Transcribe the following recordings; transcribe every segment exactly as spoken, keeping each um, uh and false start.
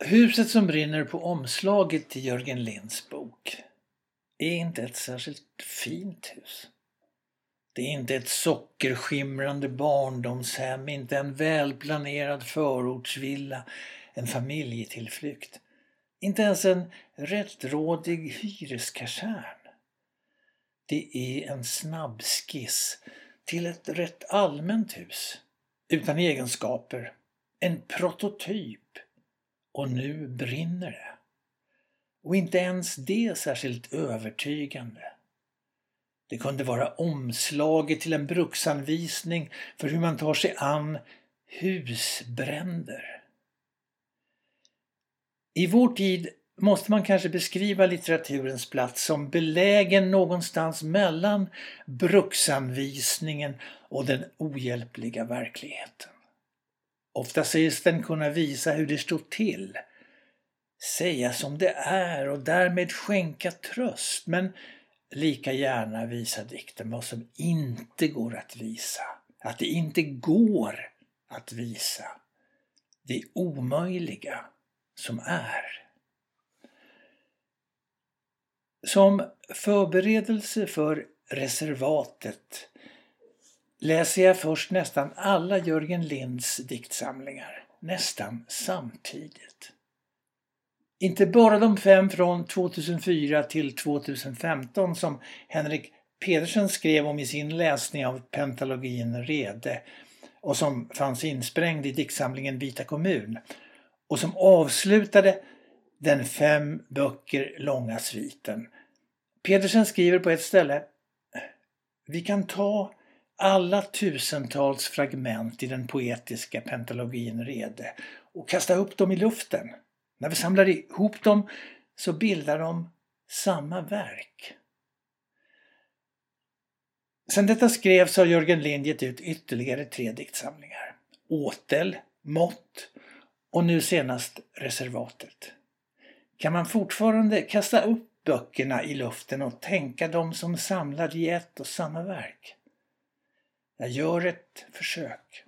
Huset som brinner på omslaget till Jörgen Linds bok är inte ett särskilt fint hus. Det är inte ett sockerskimrande barndomshem, inte en välplanerad förortsvilla, en familjetillflykt. Inte ens en rättrådig hyreskasern. Det är en snabbskiss till ett rätt allmänt hus, utan egenskaper, en prototyp. Och nu brinner det. Och inte ens det särskilt övertygande. Det kunde vara omslaget till en bruksanvisning för hur man tar sig an husbränder. I vår tid måste man kanske beskriva litteraturens plats som belägen någonstans mellan bruksanvisningen och den ohjälpliga verkligheten. Ofta sägs den kunna visa hur det står till, säga som det är och därmed skänka tröst, men lika gärna visa dikten vad som inte går att visa, att det inte går att visa, det omöjliga som är. Som förberedelse för reservatet läser jag först nästan alla Jörgen Linds diktsamlingar, nästan samtidigt. Inte bara de fem från tvåtusenfyra till tvåtusenfemton som Henrik Pedersen skrev om i sin läsning av pentalogin Rede och som fanns insprängd i diktsamlingen Vita kommun och som avslutade den fem böcker långa sviten. Pedersen skriver på ett ställe: vi kan ta alla tusentals fragment i den poetiska pentalogin Rede och kasta upp dem i luften. När vi samlar ihop dem så bildar de samma verk. Sedan detta skrevs har Jörgen Lind gett ut ytterligare tre diktsamlingar. Åtel, Mått och nu senast Reservatet. Kan man fortfarande kasta upp böckerna i luften och tänka dem som samlade i ett och samma verk? Jag gör ett försök.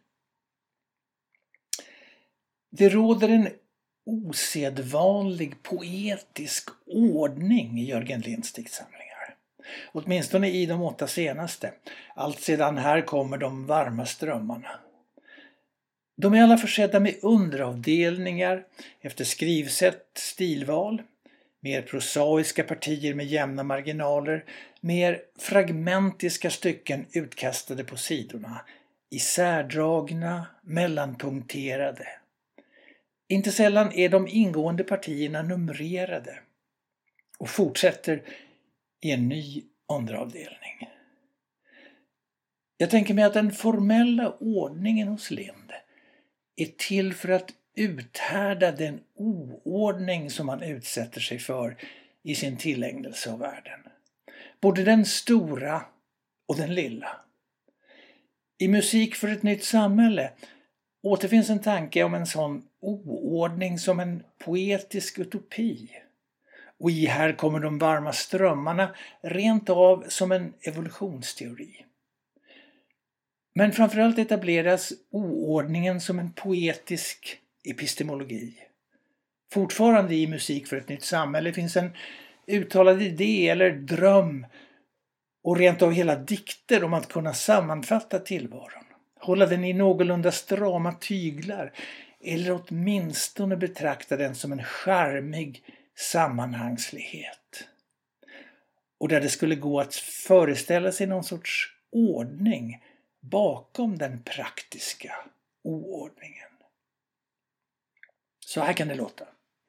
Det råder en osedvanlig poetisk ordning i Jörgen Linds diktsamlingar. Åtminstone i de åtta senaste. Allt sedan Här kommer de varma strömmarna. De är alla försedda med underavdelningar efter skrivsätt, stilval, mer prosaiska partier med jämna marginaler, mer fragmentiska stycken utkastade på sidorna, isärdragna, mellanpunkterade. Inte sällan är de ingående partierna numrerade och fortsätter i en ny underavdelning. Jag tänker mig att den formella ordningen hos Lind är till för att uthärda den oordning som man utsätter sig för i sin tillägnelse av världen. Både den stora och den lilla. I Musik för ett nytt samhälle återfinns en tanke om en sån oordning som en poetisk utopi. Och i Här kommer de varma strömmarna rent av som en evolutionsteori. Men framförallt etableras oordningen som en poetisk epistemologi. Fortfarande i Musik för ett nytt samhälle finns en uttalad idé eller dröm och rent av hela dikter om att kunna sammanfatta tillvaron. Hålla den i någorlunda strama tyglar eller åtminstone betrakta den som en charmig sammanhangslighet. Och där det skulle gå att föreställa sig någon sorts ordning bakom den praktiska oordningen. Så här kan det låta.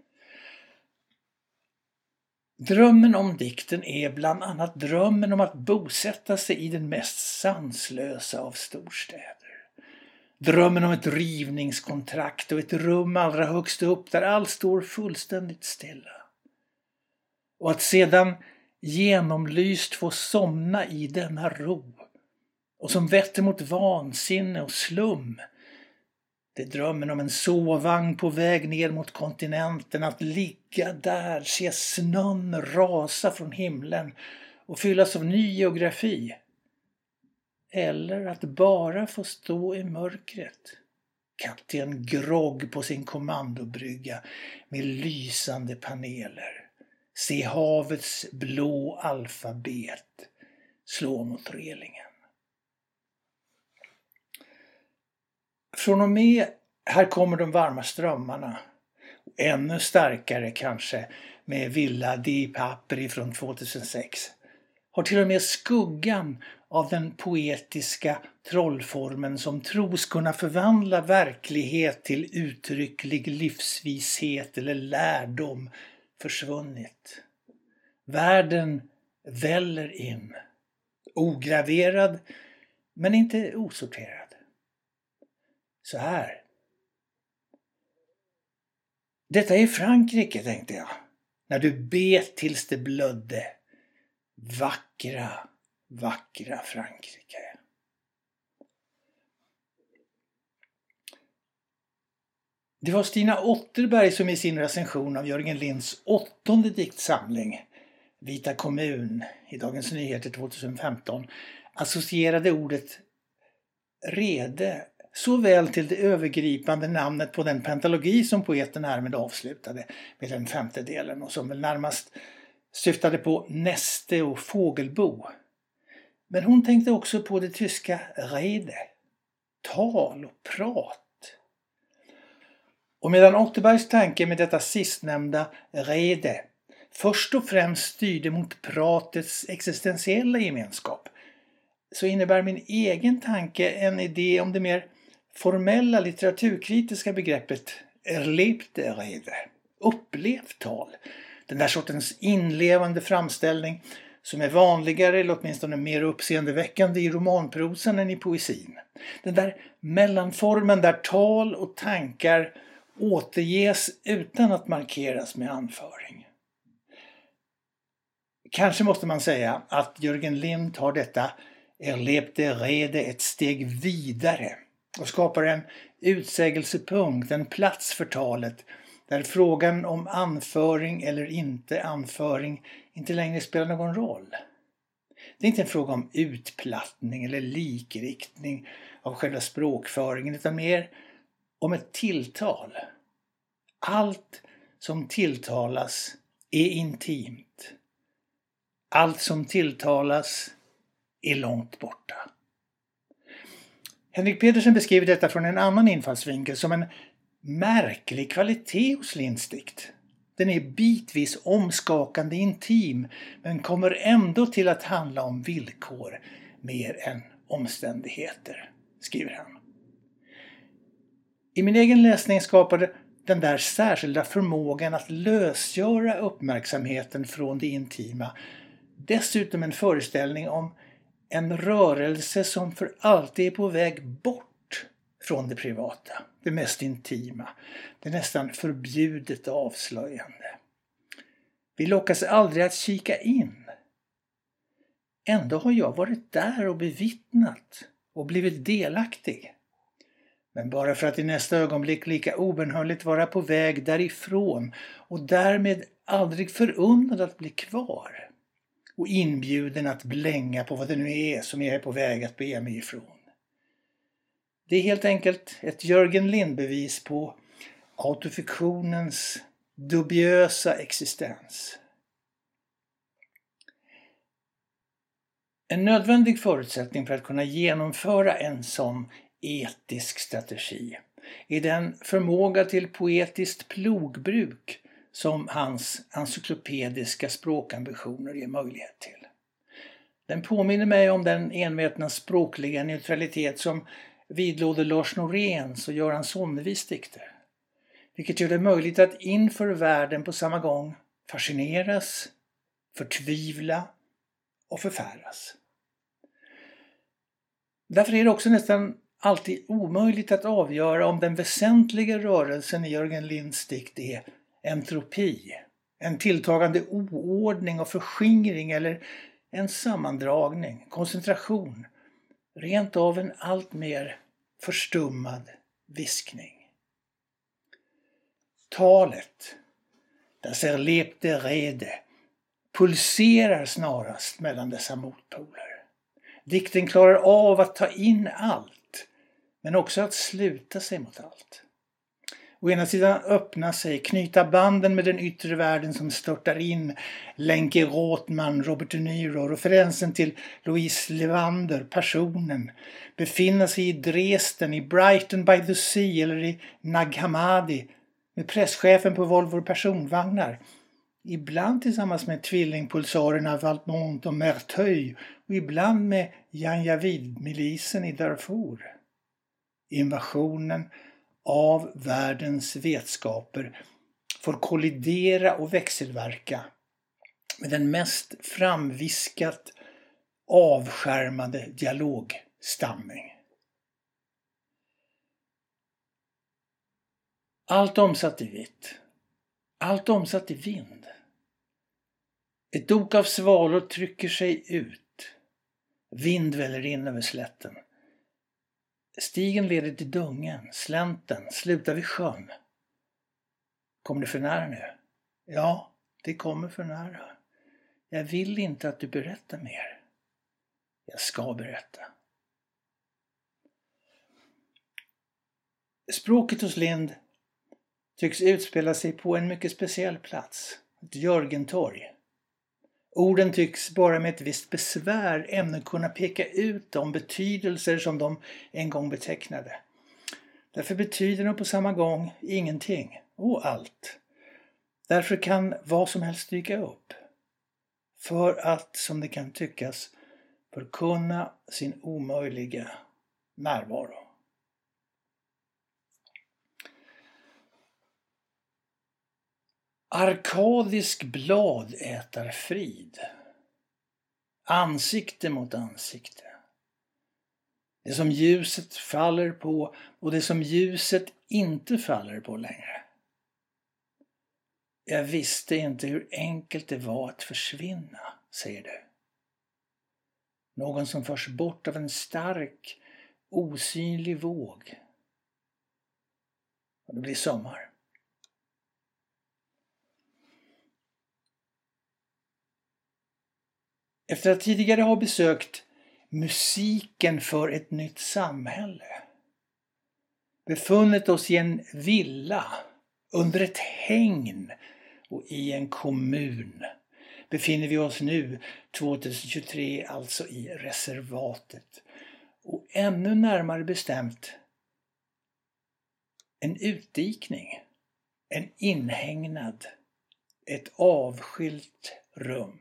Drömmen om dikten är bland annat drömmen om att bosätta sig i den mest sanslösa av storstäder. Drömmen om ett rivningskontrakt och ett rum allra högst upp där allt står fullständigt stilla. Och att sedan genomlyst få somna i denna ro och som vetter mot vansinne och slum. Det är drömmen om en sovvagn på väg ner mot kontinenten, att ligga där, se snön rasa från himlen och fyllas av ny geografi. Eller att bara få stå i mörkret Kapten Grogg på sin kommandobrygga med lysande paneler. Se havets blå alfabet slå mot relingen. Från och med här kommer de varma strömmarna. Ännu starkare kanske med Villa di Papri från tvåtusensex. Har till och med skuggan av den poetiska trollformen som tros kunna förvandla verklighet till uttrycklig livsvishet eller lärdom försvunnit. Världen väller in, ograverad men inte osorterad. Så här. Detta är Frankrike, tänkte jag, när du bet tills det blödde. Vackra, vackra Frankrike. Det var Stina Otterberg som i sin recension av Jörgen Linds åttonde diktsamling Vita kommun i Dagens Nyheter tjugohundrafemton associerade ordet rede såväl till det övergripande namnet på den pentalogi som poeten härmed avslutade med den femte delen och som väl närmast syftade på näste och fågelbo. Men hon tänkte också på det tyska rede, tal och prat. Och medan Otterbergs tanke med detta sistnämnda rede först och främst styrde mot pratets existentiella gemenskap, så innebär min egen tanke en idé om det mer formella litteraturkritiska begreppet erlebte rede, upplevt tal. Den där sortens inlevande framställning som är vanligare eller åtminstone mer uppseendeväckande i romanprosan än i poesin. Den där mellanformen där tal och tankar återges utan att markeras med anföring. Kanske måste man säga att Jörgen Lind tar detta erlebte rede ett steg vidare och skapar en utsägelsepunkt, en plats för talet där frågan om anföring eller inte anföring inte längre spelar någon roll. Det är inte en fråga om utplattning eller likriktning av själva språkföringen utan mer om ett tilltal. Allt som tilltalas är intimt. Allt som tilltalas är långt borta. Henrik Pedersen beskriver detta från en annan infallsvinkel som en märklig kvalitet hos Linds dikt. Den är bitvis omskakande intim men kommer ändå till att handla om villkor mer än omständigheter, skriver han. I min egen läsning skapade den där särskilda förmågan att lösgöra uppmärksamheten från det intima dessutom en föreställning om en rörelse som för alltid är på väg bort från det privata, det mest intima, det nästan förbjudet avslöjande. Vi lockas aldrig att kika in. Ändå har jag varit där och bevittnat och blivit delaktig. Men bara för att i nästa ögonblick lika obenhörligt vara på väg därifrån och därmed aldrig förunnad att bli kvar. Och inbjuden att blänga på vad det nu är som jag är på väg att bege mig ifrån. Det är helt enkelt ett Jörgen Lind-bevis på autofiktionens dubiösa existens. En nödvändig förutsättning för att kunna genomföra en sån etisk strategi är den förmåga till poetiskt plogbruk som hans encyklopediska språkambitioner ger möjlighet till. Den påminner mig om den envetna språkliga neutralitet som vidlåder Lars Noréns och Göran Sonnevis dikter, vilket gör det möjligt att inför världen på samma gång fascineras, förtvivla och förfäras. Därför är det också nästan alltid omöjligt att avgöra om den väsentliga rörelsen i Jörgen Linds dikt är entropi, en tilltagande oordning och förskingring eller en sammandragning, koncentration, rent av en allt mer förstummad viskning. Talet, das erlebte rede, pulserar snarast mellan dessa motpoler. Dikten klarar av att ta in allt, men också att sluta sig mot allt. Å ena sidan öppna sig, knyta banden med den yttre världen som störtar in, Lenke Rothman, Robert De Niro, referensen till Louise Levander, personen, befinna sig i Dresden, i Brighton by the Sea eller i Nag Hammadi med presschefen på Volvo personvagnar, ibland tillsammans med tvillingpulsarerna Valmont och Merteuil och ibland med Janjavid-milisen i Darfur. Invasionen av världens vetskaper får kollidera och växelverka med den mest framviskat avskärmade dialogstammning. Allt omsatt i vitt, allt omsatt i vind. Ett dok av svalor trycker sig ut. Vind väller in över slätten. Stigen leder till dungen, slänten, slutar vid sjön. Kommer det för nära nu? Ja, det kommer för nära. Jag vill inte att du berättar mer. Jag ska berätta. Språket hos Lind tycks utspela sig på en mycket speciell plats, ett Jörgentorg. Orden tycks bara med ett visst besvär ännu kunna peka ut de betydelser som de en gång betecknade. Därför betyder de på samma gång ingenting och allt. Därför kan vad som helst dyka upp. För att, som det kan tyckas, förkunna sin omöjliga närvaro. Arkadisk bladätarfrid. Ansikte mot ansikte. Det som ljuset faller på och det som ljuset inte faller på längre. Jag visste inte hur enkelt det var att försvinna, säger du. Någon som förs bort av en stark, osynlig våg. Och det blir sommar. Efter att tidigare ha besökt musiken för ett nytt samhälle, befunnit oss i en villa, under ett hägn och i en kommun, befinner vi oss nu tjugohundratjugotre alltså i reservatet. Och ännu närmare bestämt en utdikning, en inhägnad, ett avskilt rum.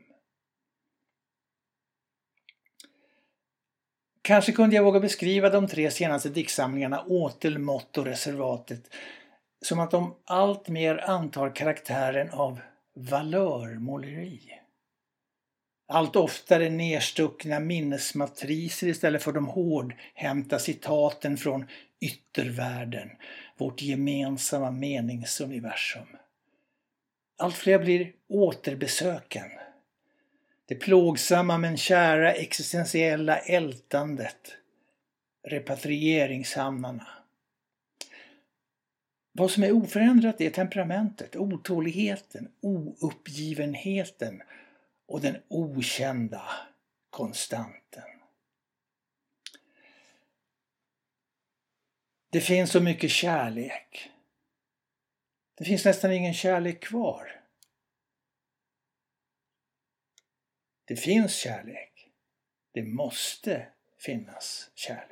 Kanske kunde jag våga beskriva de tre senaste diktsamlingarna Åtel, Mått och Reservatet som att de allt mer antar karaktären av valörmåleri. Allt oftare nerstuckna minnesmatriser istället för de hårdhämta citaten från yttervärlden, vårt gemensamma meningsuniversum. Allt fler blir återbesöken. Det plågsamma men kära existentiella ältandet. Repatrieringshamnarna. Vad som är oförändrat är temperamentet, otåligheten, ouppgivenheten och den okända konstanten. Det finns så mycket kärlek. Det finns nästan ingen kärlek kvar. Det finns kärlek. Det måste finnas kärlek.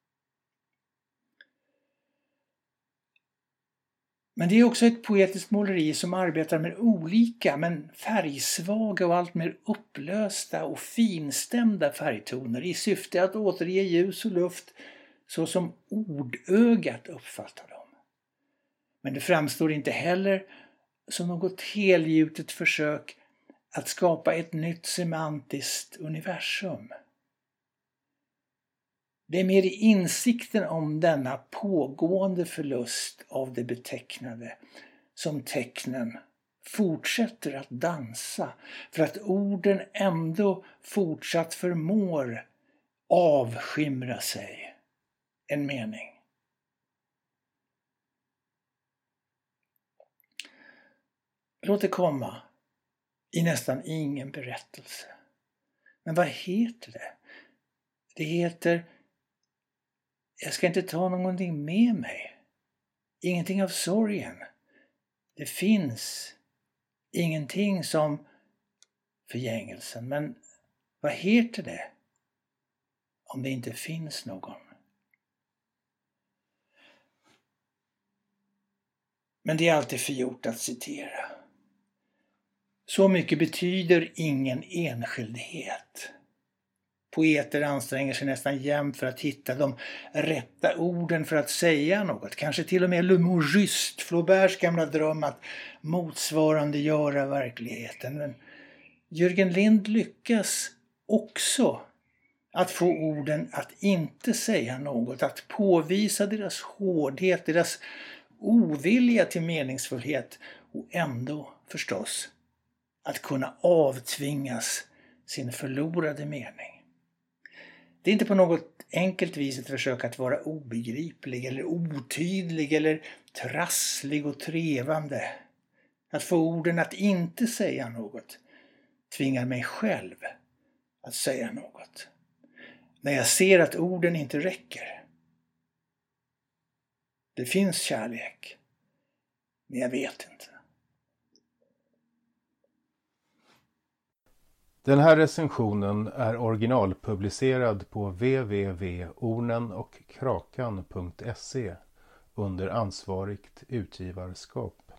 Men det är också ett poetiskt måleri som arbetar med olika men färgsvaga och allt mer upplösta och finstämda färgtoner i syfte att återge ljus och luft så som ordögat uppfattar dem. Men det framstår inte heller som något helgjutet försök att skapa ett nytt semantiskt universum. Det är mer i insikten om denna pågående förlust av det betecknade som tecknen fortsätter att dansa för att orden ändå fortsatt förmår avskimra sig en mening. Låt det komma i nästan ingen berättelse. Men vad heter det? Det heter Jag ska inte ta någonting med mig. Ingenting av sorgen. Det finns ingenting som förgängelsen, men vad heter det om det inte finns någon? Men det är alltid för gjort att citera. Så mycket betyder ingen enskildhet. Poeter anstränger sig nästan jämt för att hitta de rätta orden för att säga något. Kanske till och med Le Mot Juste, Flauberts gamla dröm att motsvarande göra verkligheten. Men Jörgen Lind lyckas också att få orden att inte säga något, att påvisa deras hårdhet, deras ovilja till meningsfullhet och ändå förstås att kunna avtvingas sin förlorade mening. Det är inte på något enkelt vis ett försök att vara obegriplig eller otydlig eller trasslig och trevande. Att få orden att inte säga något tvingar mig själv att säga något. När jag ser att orden inte räcker. Det finns kärlek, men jag vet inte. Den här recensionen är originalpublicerad på w w w punkt ornen och krakan punkt se under ansvarigt utgivarskap.